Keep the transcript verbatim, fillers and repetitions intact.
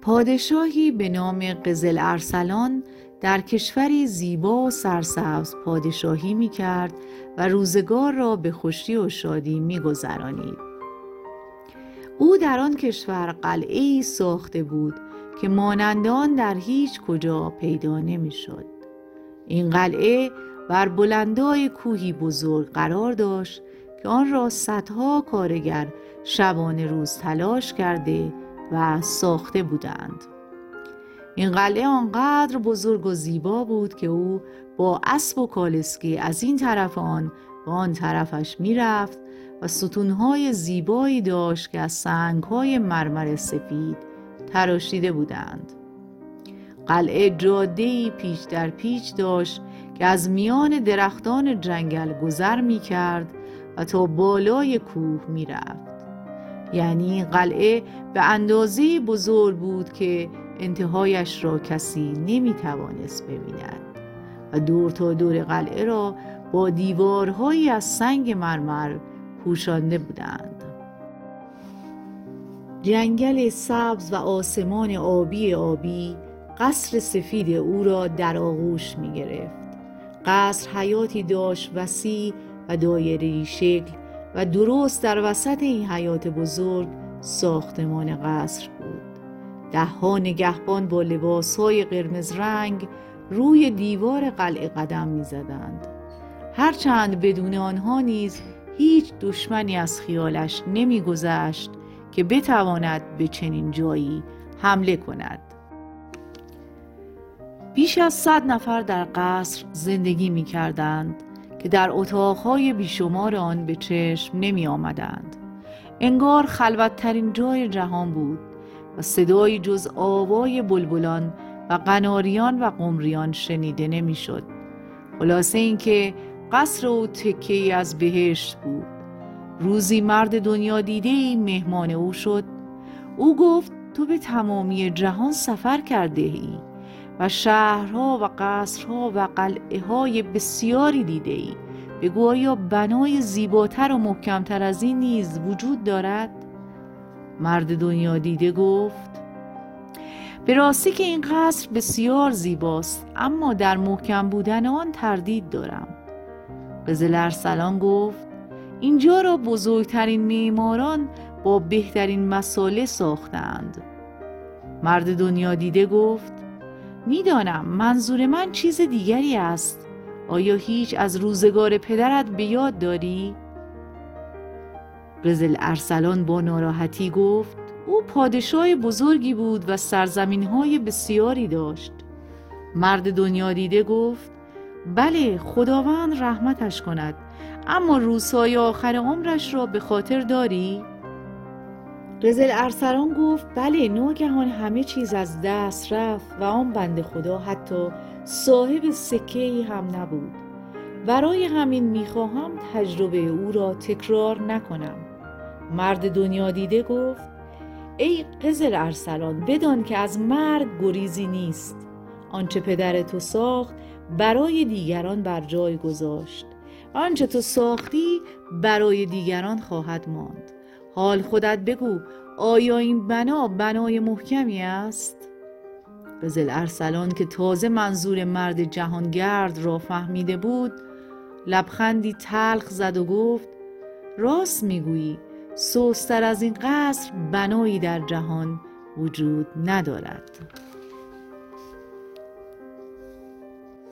پادشاهی به نام قزل ارسلان در کشوری زیبا و سرسبز پادشاهی می کرد و روزگار را به خوشی و شادی می گذرانید. او در آن کشور قلعه‌ای ساخته بود که مانند آن در هیچ کجا پیدا نمی شد. این قلعه بر بلندای کوهی بزرگ قرار داشت که آن را صدها کارگر شبانه روز تلاش کرده و ساخته بودند. این قلعه آنقدر بزرگ و زیبا بود که او با اسب و کالسکه از این طرف آن و آن طرفش می رفت و ستونهای زیبایی داشت که از سنگهای مرمر سفید تراشیده بودند. قلعه جاده‌ای پیچ در پیچ داشت که از میان درختان جنگل گذر می کرد و تا بالای کوه می رفت. یعنی قلعه به اندازه بزرگ بود که انتهایش را کسی نمی توانست ببیند و دور تا دور قلعه را با دیوارهایی از سنگ مرمر پوشانده بودند. جنگل سبز و آسمان آبی آبی قصر سفید او را در آغوش می گرفت. قصر حیاتی داشت وسیع و دایره‌ای شکل و درست در وسط این حیات بزرگ ساختمان قصر بود. ده ها نگهبان با لباسهای قرمز رنگ روی دیوار قلعه قدم می زدند. هرچند بدون آنها نیز هیچ دشمنی از خیالش نمی گذشت که بتواند به چنین جایی حمله کند. بیش از صد نفر در قصر زندگی می کردند که در اتاقهای بیشمار آن به چشم نمی آمدند. انگار خلوت‌ترین جای جهان بود و صدایی جز آوای بلبلان و قناریان و قمریان شنیده نمی شد. خلاصه این که قصر او تکه‌ای از بهشت بود. روزی مرد دنیا دیده‌ای مهمان او شد. او گفت تو به تمامی جهان سفر کرده ای و شهرها و قصرها و قلعه‌های بسیاری دیده ای. بگو آیا بنای زیباتر و محکمتر از این نیز وجود دارد؟ مرد دنیا دیده گفت به راستی که این قصر بسیار زیباست، اما در محکم بودن آن تردید دارم. قزل ارسلان گفت اینجا را بزرگترین معماران با بهترین مساله ساختند. مرد دنیا دیده گفت میدانم منظور من چیز دیگری است. آیا هیچ از روزگار پدرت به یاد داری؟ قزل ارسلان با ناراحتی گفت او پادشاه بزرگی بود و سرزمین‌های بسیاری داشت. مرد دنیا دیده گفت بله خداوند رحمتش کند، اما روزهای آخر عمرش را به خاطر داری؟ قزل ارسلان گفت بله ناگهان همه چیز از دست رفت و آن بنده خدا حتی صاحب سکه‌ای هم نبود. برای همین میخواهم تجربه او را تکرار نکنم. مرد دنیا دیده گفت ای قزل ارسلان بدان که از مرگ گریزی نیست. آنچه پدر تو ساخت برای دیگران بر جای گذاشت. آنچه تو ساختی برای دیگران خواهد ماند. حال خودت بگو آیا این بنا بنای محکمی است؟ قزل ارسلان که تازه منظور مرد جهانگرد را فهمیده بود لبخندی تلخ زد و گفت راست میگویی، سست‌تر از این قصر بنایی در جهان وجود ندارد.